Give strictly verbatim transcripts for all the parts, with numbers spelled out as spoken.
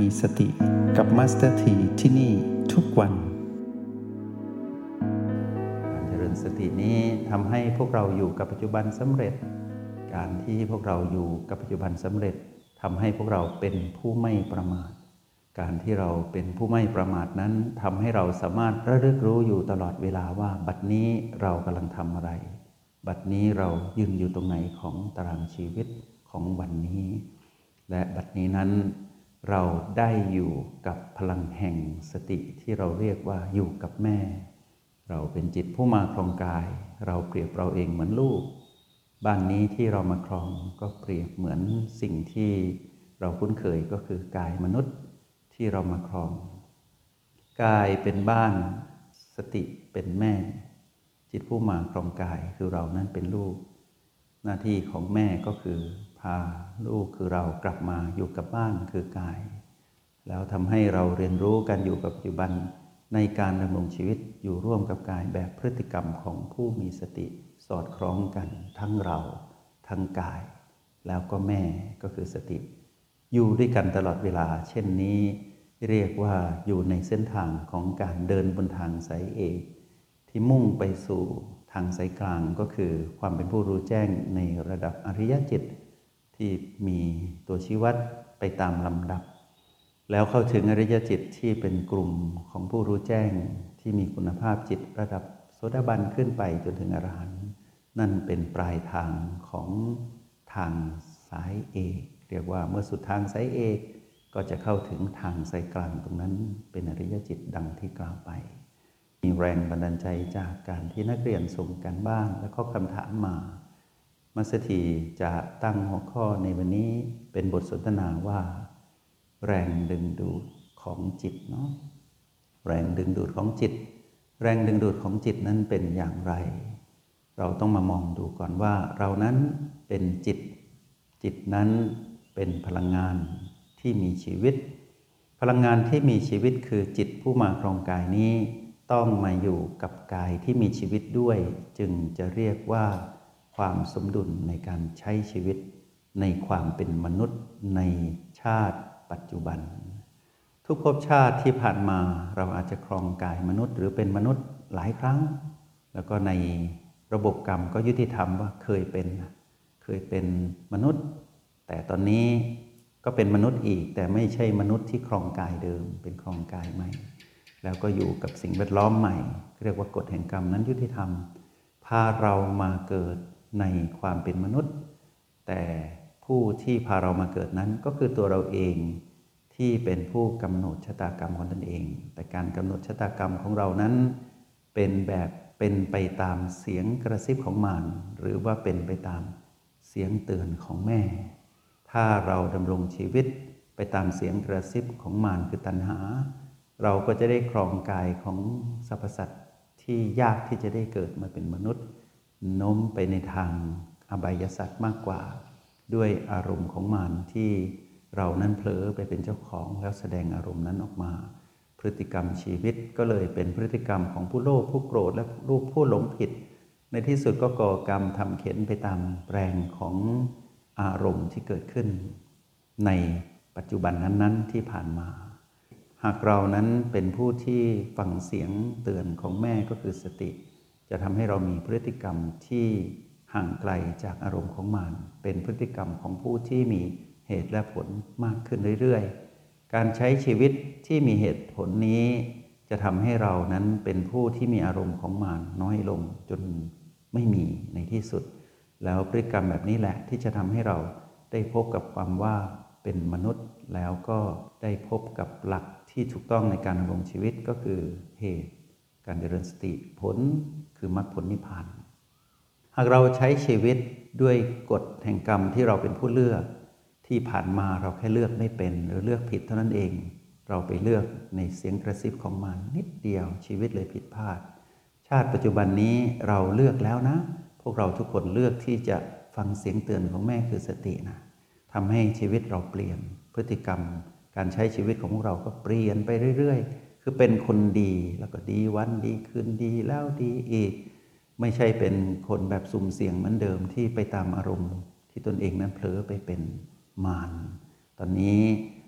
มีสติกับมาสเตอร์ทีที่นี่ทุกวันการเจริญสตินี้ทำให้พวกเราอยู่กับปัจจุบันสำเร็จการที่พวกเราอยู่กับปัจจุบันสำเร็จทำให้พวกเราเป็นผู้ไม่ประมาทการที่เราเป็นผู้ไม่ประมาทนั้นทำให้เราสามารถระลึกรู้อยู่ตลอดเวลาว่าบัดนี้เรากำลังทำอะไรบัดนี้เรายืนอยู่ตรงไหนของตารางชีวิตของวันนี้และบัดนี้นั้นเราได้อยู่กับพลังแห่งสติที่เราเรียกว่าอยู่กับแม่เราเป็นจิตผู้มาครองกายเราเปรียบเราเองเหมือนลูกบ้านนี้ที่เรามาครองก็เปรียบเหมือนสิ่งที่เราคุ้นเคยก็คือกายมนุษย์ที่เรามาครองกายเป็นบ้านสติเป็นแม่จิตผู้มาครองกายคือเรานั้นเป็นลูกหน้าที่ของแม่ก็คือพาลูกคือเรากลับมาอยู่กับบ้านคือกายแล้วทำให้เราเรียนรู้การอยู่กับปัจจุบันในการดำรงชีวิตอยู่ร่วมกับกายแบบพฤติกรรมของผู้มีสติสอดคล้องกันทั้งเราทั้งกายแล้วก็แม่ก็คือสติอยู่ด้วยกันตลอดเวลาเช่นนี้เรียกว่าอยู่ในเส้นทางของการเดินบนทางสายเอกที่มุ่งไปสู่ทางสายกลางก็คือความเป็นผู้รู้แจ้งในระดับอริยจิตที่มีตัวชี้วัดไปตามลำดับแล้วเข้าถึงอริยจิตที่เป็นกลุ่มของผู้รู้แจ้งที่มีคุณภาพจิตระดับโสดาบันขึ้นไปจนถึงอรหันต์นั่นเป็นปลายทางของทางสายเอกเรียกว่าเมื่อสุดทางสายเอกก็จะเข้าถึงทางสายกลางตรงนั้นเป็นอริยจิตดังที่กล่าวไปมีแรงบันดาลใจจากการที่นักเรียนส่งกันบ้านและข้อคำถามมามัสถีจะตั้งหัวข้อในวันนี้เป็นบทสนทนาว่าแรงดึงดูดของจิตเนาะแรงดึงดูดของจิตแรงดึงดูดของจิตนั้นเป็นอย่างไรเราต้องมามองดูก่อนว่าเรานั้นเป็นจิตจิตนั้นเป็นพลังงานที่มีชีวิตพลังงานที่มีชีวิตคือจิตผู้มาครองกายนี้ต้องมาอยู่กับกายที่มีชีวิตด้วยจึงจะเรียกว่าความสมดุลในการใช้ชีวิตในความเป็นมนุษย์ในชาติปัจจุบันทุกภพชาติที่ผ่านมาเราอาจจะครองกายมนุษย์หรือเป็นมนุษย์หลายครั้งแล้วก็ในระบบกรรมก็ยุติธรรมว่าเคยเป็นเคยเป็นมนุษย์แต่ตอนนี้ก็เป็นมนุษย์อีกแต่ไม่ใช่มนุษย์ที่ครองกายเดิมเป็นครองกายใหม่แล้วก็อยู่กับสิ่งแวดล้อมใหม่เรียกว่ากฎแห่งกรรมนั้นยุติธรรมพาเรามาเกิดในความเป็นมนุษย์แต่ผู้ที่พาเรามาเกิดนั้นก็คือตัวเราเองที่เป็นผู้กำหนดชะตากรรมของตนเองแต่การกำหนดชะตากรรมของเรานั้นเป็นแบบเป็นไปตามเสียงกระซิบของมารหรือว่าเป็นไปตามเสียงเตือนของแม่ถ้าเราดำรงชีวิตไปตามเสียงกระซิบของมารคือตัณหาเราก็จะได้ครองกายของสรรพสัตว์ที่ยากที่จะได้เกิดมาเป็นมนุษย์โน้มไปในทางอบายสัตว์มากกว่าด้วยอารมณ์ของมารที่เรานั้นเผลอไปเป็นเจ้าของแล้วแสดงอารมณ์นั้นออกมาพฤติกรรมชีวิตก็เลยเป็นพฤติกรรมของผู้โลภผู้โกรธและลูกผู้หลงผิดในที่สุดก็ก่อกรรมทำเข็นไปตามแรงของอารมณ์ที่เกิดขึ้นในปัจจุบันนั้นๆที่ผ่านมาหากเรานั้นเป็นผู้ที่ฟังเสียงเตือนของแม่ก็คือสติจะทำให้เรามีพฤติกรรมที่ห่างไกลจากอารมณ์ของมารเป็นพฤติกรรมของผู้ที่มีเหตุและผลมากขึ้นเรื่อยๆการใช้ชีวิตที่มีเหตุผลนี้จะทำให้เรานั้นเป็นผู้ที่มีอารมณ์ของมารน้อยลงจนไม่มีในที่สุดแล้วพฤติกรรมแบบนี้แหละที่จะทำให้เราได้พบกับความว่าเป็นมนุษย์แล้วก็ได้พบกับหลักที่ถูกต้องในการดำรงชีวิตก็คือเหตุการเจริญสติผลคือมรรคผลนิพพานหากเราใช้ชีวิตด้วยกฎแห่งกรรมที่เราเป็นผู้เลือกที่ผ่านมาเราแค่เลือกไม่เป็นหรือเลือกผิดเท่านั้นเองเราไปเลือกในเสียงกระซิบของมันนิดเดียวชีวิตเลยผิดพลาดชาติปัจจุบันนี้เราเลือกแล้วนะพวกเราทุกคนเลือกที่จะฟังเสียงเตือนของแม่คือสตินะทำให้ชีวิตเราเปลี่ยนพฤติกรรมการใช้ชีวิตของพวกเราก็เปลี่ยนไปเรื่อยๆคือเป็นคนดีแล้วก็ดีวันดีคืนดีแล้วดีอีกไม่ใช่เป็นคนแบบสุ่มเสี่ยงเหมือนเดิมที่ไปตามอารมณ์ที่ตนเองนั้นเผลอไปเป็นมารตอนนี้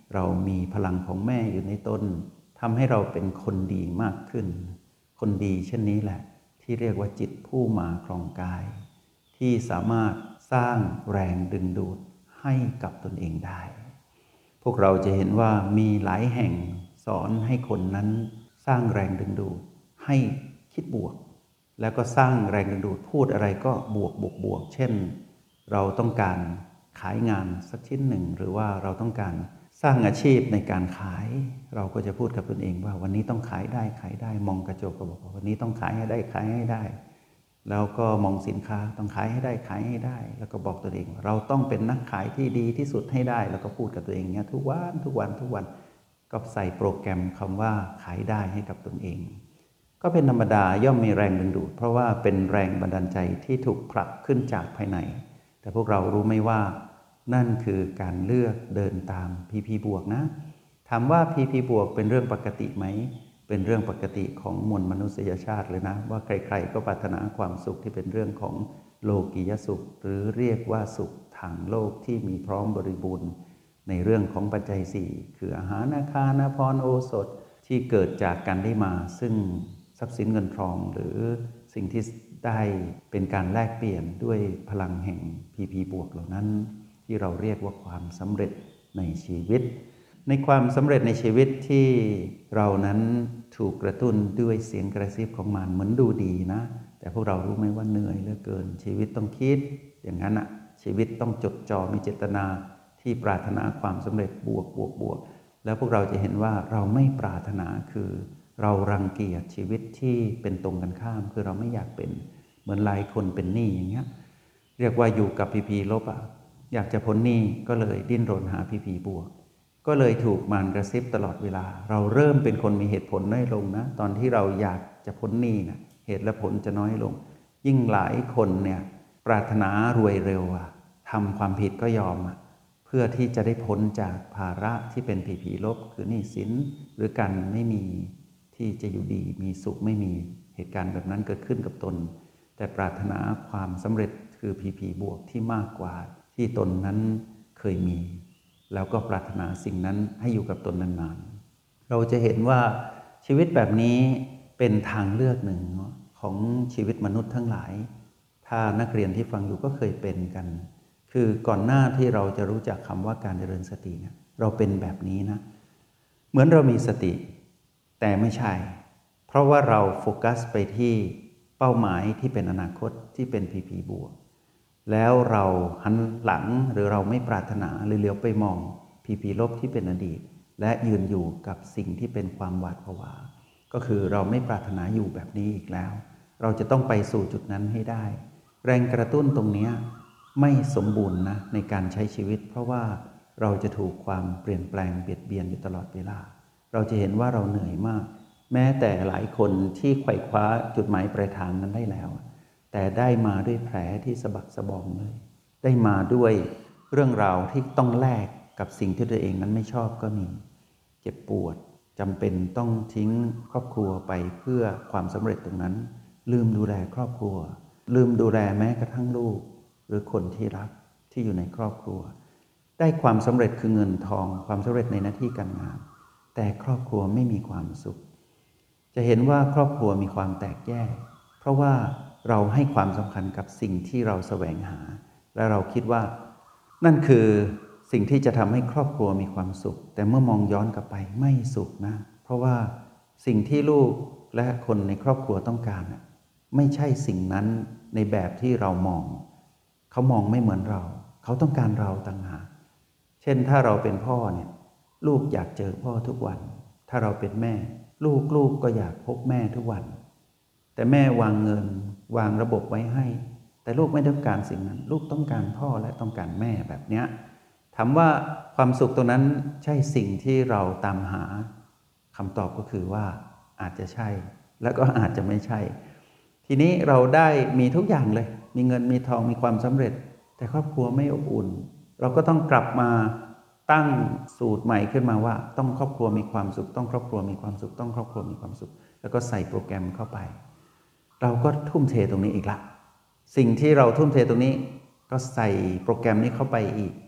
เรามีพลังของแม่อยู่ในตนทำให้เราเป็นคนดีมากขึ้นคนดีเช่นนี้แหละที่เรียกว่าจิตผู้มาครองกายที่สามารถสร้างแรงดึงดูดให้กับตนเองได้พวกเราจะเห็นว่ามีหลายแห่งสอนให้คนนั้นสร้างแรงดึงดูดให้คิดบวกแล้วก็สร้างแรงดึงดูดพูดอะไรก็บวกบวกบวกเช่นเราต้องการขายงานสักชิ้นหนึ่งหรือว่าเราต้องการสร้างอาชีพในการขายเราก็จะพูดกับตนเองว่าวันนี้ต้องขายได้ขายได้มองกระจกก็บอกว่าวันนี้ต้องขายให้ได้ขายให้ได้แล้วก็มองสินค้าต้องขายให้ได้ขายให้ได้แล้วก็บอกตัวเองเราต้องเป็นนักขายที่ดีที่สุดให้ได้แล้วก็พูดกับตัวเองเนี้ยทุกวันทุกวันทุกวันก็ใส่โปรแกรมคำว่าขายได้ให้กับตนเองก็เป็นธรรมดาย่อมมีแรงดึงดูดเพราะว่าเป็นแรงบันดาลใจที่ถูกผลักขึ้นจากภายในแต่พวกเรารู้ไหมว่านั่นคือการเลือกเดินตาม พี พี บวกนะถามว่า พี พี บวกเป็นเรื่องปกติไหมเป็นเรื่องปกติของมวลมนุษยชาติเลยนะว่าใครๆก็ปรารถนาความสุขที่เป็นเรื่องของโลกียสุขหรือเรียกว่าสุขทางโลกที่มีพร้อมบริบูรณ์ในเรื่องของปัจจัยสี่คืออาหารอาคารอาภรณ์โอสถที่เกิดจากการได้มาซึ่งทรัพย์สินเงินทองหรือสิ่งที่ได้เป็นการแลกเปลี่ยนด้วยพลังแห่ง พี พี บวกเหล่านั้นที่เราเรียกว่าความสำเร็จในชีวิตในความสำเร็จในชีวิตที่เรานั้นถูกกระตุ้นด้วยเสียงกระซิบของมันเหมือนดูดีนะแต่พวกเรารู้ไหมว่าเหนื่อยเหลือเกินชีวิตต้องคิดอย่างนั้นอะชีวิตต้องจดจ่อมีเจตนาที่ปรารถนาความสำเร็จบวกบวกบวกแล้วพวกเราจะเห็นว่าเราไม่ปรารถนาคือเรารังเกียจชีวิตที่เป็นตรงกันข้ามคือเราไม่อยากเป็นเหมือนหลายคนเป็นหนี้อย่างเงี้ยเรียกว่าอยู่กับ พี พี ลบอะอยากจะพ้นหนี้ก็เลยดิ้นรนหา พี พี บวกก็เลยถูกมารกระซิบตลอดเวลาเราเริ่มเป็นคนมีเหตุผลน้อยลงนะตอนที่เราอยากจะพ้นหนี้นะเหตุและผลจะน้อยลงยิ่งหลายคนเนี่ยปรารถนารวยเร็วอะทำความผิดก็ยอมอะเพื่อที่จะได้พ้นจากภาระที่เป็น พี พี ลบคือหนี้สินหรือการไม่มีที่จะอยู่ดีมีสุขไม่มีเหตุการณ์แบบนั้นเกิดขึ้นกับตนแต่ปรารถนาความสำเร็จคือ พี พี บวกที่มากกว่าที่ตนนั้นเคยมีแล้วก็ปรารถนาสิ่งนั้นให้อยู่กับตนนานๆเราจะเห็นว่าชีวิตแบบนี้เป็นทางเลือกหนึ่งของชีวิตมนุษย์ทั้งหลายถ้านักเรียนที่ฟังอยู่ก็เคยเป็นกันคือก่อนหน้าที่เราจะรู้จักคำว่าการเจริญสติเนี่ยเราเป็นแบบนี้นะเหมือนเรามีสติแต่ไม่ใช่เพราะว่าเราโฟกัสไปที่เป้าหมายที่เป็นอนาคตที่เป็น พี พี บวกแล้วเราหันหลังหรือเราไม่ปรารถนาหรือเลี้ยวไปมอง พี พี ลบที่เป็นอดีตและยืนอยู่กับสิ่งที่เป็นความหวาดผวาก็คือเราไม่ปรารถนาอยู่แบบนี้อีกแล้วเราจะต้องไปสู่จุดนั้นให้ได้แรงกระตุ้นตรงนี้ไม่สมบูรณ์นะในการใช้ชีวิตเพราะว่าเราจะถูกความเปลี่ยนแปลงเบียดเบียนอยู่ตลอดเวลาเราจะเห็นว่าเราเหนื่อยมากแม้แต่หลายคนที่ไขว่คว้าจุดหมายปลายทางนั้นได้แล้วแต่ได้มาด้วยแผลที่สะบักสะบอมเลยได้มาด้วยเรื่องราวที่ต้องแลกกับสิ่งที่ตัวเองนั้นไม่ชอบก็มีเจ็บปวดจำเป็นต้องทิ้งครอบครัวไปเพื่อความสำเร็จตรงนั้นลืมดูแลครอบครัวลืมดูแลแม้กระทั่งลูกหรือคนที่รักที่อยู่ในครอบครัวได้ความสำเร็จคือเงินทองความสำเร็จในหน้าที่การงานแต่ครอบครัวไม่มีความสุขจะเห็นว่าครอบครัวมีความแตกแยกเพราะว่าเราให้ความสำคัญกับสิ่งที่เราแสวงหาและเราคิดว่านั่นคือสิ่งที่จะทำให้ครอบครัวมีความสุขแต่เมื่อมองย้อนกลับไปไม่สุขนะเพราะว่าสิ่งที่ลูกและคนในครอบครัวต้องการไม่ใช่สิ่งนั้นในแบบที่เรามองเขามองไม่เหมือนเราเขาต้องการเราต่างหากเช่นถ้าเราเป็นพ่อเนี่ยลูกอยากเจอพ่อทุกวันถ้าเราเป็นแม่ลูกลูกก็อยากพบแม่ทุกวันแต่แม่วางเงินวางระบบไว้ให้แต่ลูกไม่ต้องการสิ่งนั้นลูกต้องการพ่อและต้องการแม่แบบเนี้ยถามว่าความสุขตรงนั้นใช่สิ่งที่เราตามหาคำตอบก็คือว่าอาจจะใช่แล้วก็อาจจะไม่ใช่ทีนี้เราได้มีทุกอย่างเลยมีเงินมีทองมีความสำเร็จแต่ครอบครัวไม่อบอุ่นเราก็ต้องกลับมาตั้งสูตรใหม่ขึ้นมาว่าต้องครอบครัวมีความสุขต้องครอบครัวมีความสุขต้องครอบครัวมีความสุขแล้วก็ใส่โปรแกรมเข้าไปเราก็ทุ่มเทตรงนี้อีกละสิ่งที่เราทุ่มเทตรงนี้ก็ใส่โปรแกรมนี้เข้าไปอีก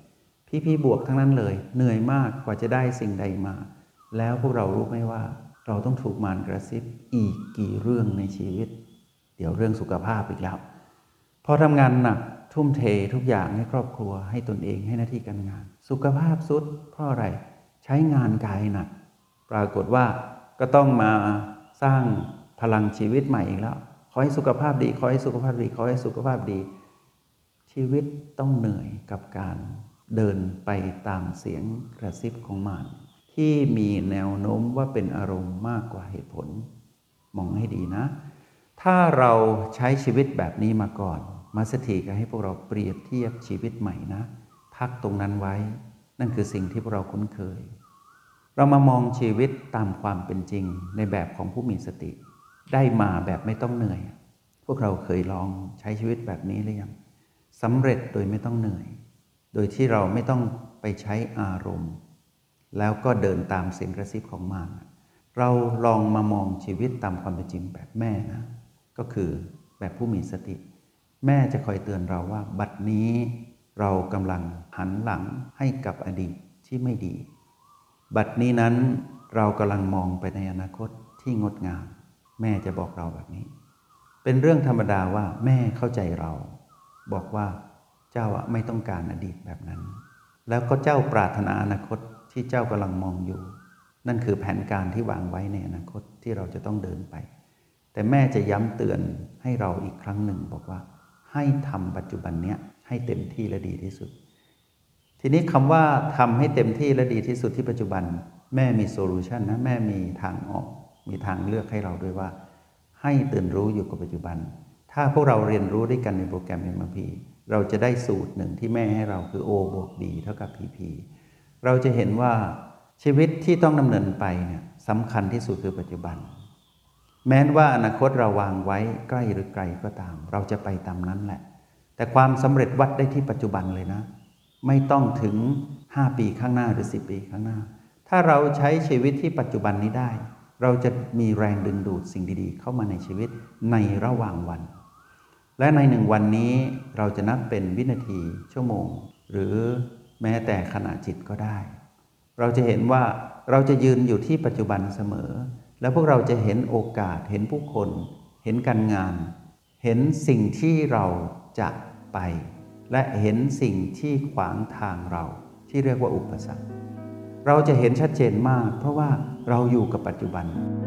พี่ๆบวกทั้งนั้นเลยเหนื่อยมากกว่าจะได้สิ่งใดมาแล้วพวกเรารู้ไหมว่าเราต้องถูกมารกระซิบอีกกี่เรื่องในชีวิตเดี๋ยวเรื่องสุขภาพอีกแล้วพอทำงานหนักทุ่มเททุกอย่างให้ครอบครัวให้ตนเองให้หน้าที่การงานสุขภาพทรุดเพราะอะไรใช้งานกายหนักปรากฏว่าก็ต้องมาสร้างพลังชีวิตใหม่อีกแล้วขอให้สุขภาพดีขอให้สุขภาพดีขอให้สุขภาพดีชีวิตต้องเหนื่อยกับการเดินไปตามเสียงกระซิบของมารที่มีแนวโน้มว่าเป็นอารมณ์มากกว่าเหตุผลมองให้ดีนะถ้าเราใช้ชีวิตแบบนี้มาก่อนมาสถีก็ให้พวกเราเปรียบเทียบชีวิตใหม่นะพักตรงนั้นไว้นั่นคือสิ่งที่พวกเราคุ้นเคยเรามามองชีวิตตามความเป็นจริงในแบบของผู้มีสติได้มาแบบไม่ต้องเหนื่อยพวกเราเคยลองใช้ชีวิตแบบนี้หรือยังสำเร็จโดยไม่ต้องเหนื่อยโดยที่เราไม่ต้องไปใช้อารมณ์แล้วก็เดินตามเสียงกระซิบของมารเราลองมามองชีวิตตามความเป็นจริงแบบแม่นะก็คือแบบผู้มีสติแม่จะคอยเตือนเราว่าบัดนี้เรากำลังหันหลังให้กับอดีตที่ไม่ดีบัดนี้นั้นเรากำลังมองไปในอนาคตที่งดงามแม่จะบอกเราแบบนี้เป็นเรื่องธรรมดาว่าแม่เข้าใจเราบอกว่าเจ้าไม่ต้องการอดีตแบบนั้นแล้วก็เจ้าปรารถนาอนาคตที่เจ้ากำลังมองอยู่นั่นคือแผนการที่วางไว้ในอนาคตที่เราจะต้องเดินไปแต่แม่จะย้ำเตือนให้เราอีกครั้งหนึ่งบอกว่าให้ทำปัจจุบันเนี้ยให้เต็มที่และดีที่สุดทีนี้คำว่าทำให้เต็มที่และดีที่สุดที่ปัจจุบันแม่มีโซลูชันนะแม่มีทางออกมีทางเลือกให้เราด้วยว่าให้ตื่นรู้อยู่กับปัจจุบันถ้าพวกเราเรียนรู้ด้วยกันในโปรแกรม เอ็ม อาร์ พี เราจะได้สูตรหนึ่งที่แม่ให้เราคือ O บวก B เท่ากับ พี พี เราจะเห็นว่าชีวิตที่ต้องดำเนินไปเนี่ยสำคัญที่สุดคือปัจจุบันแม้ว่าอนาคตเราวางไว้ใกล้หรือไกลก็ตามเราจะไปตามนั้นแหละแต่ความสำเร็จวัดได้ที่ปัจจุบันเลยนะไม่ต้องถึงห้าปีข้างหน้าหรือสิบปีข้างหน้าถ้าเราใช้ชีวิตที่ปัจจุบันนี้ได้เราจะมีแรงดึงดูดสิ่งดีๆเข้ามาในชีวิตในระหว่างวันและในหนึ่งวันนี้เราจะนับเป็นวินาทีชั่วโมงหรือแม้แต่ขณะจิตก็ได้เราจะเห็นว่าเราจะยืนอยู่ที่ปัจจุบันเสมอแล้วพวกเราจะเห็นโอกาสเห็นผู้คนเห็นการงานเห็นสิ่งที่เราจะไปและเห็นสิ่งที่ขวางทางเราที่เรียกว่าอุปสรรคเราจะเห็นชัดเจนมากเพราะว่าเราอยู่กับปัจจุบัน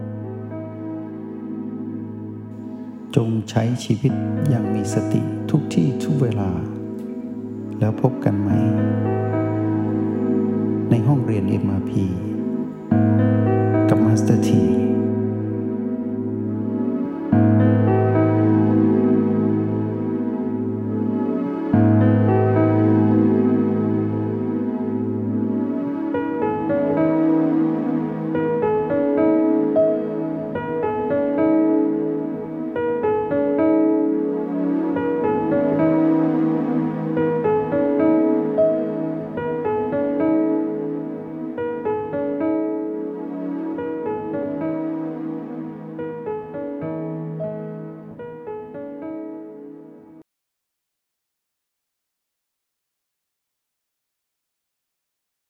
จงใช้ชีวิตอย่างมีสติทุกที่ทุกเวลาแล้วพบกันไหมในห้องเรียน เอ็ม อาร์ พี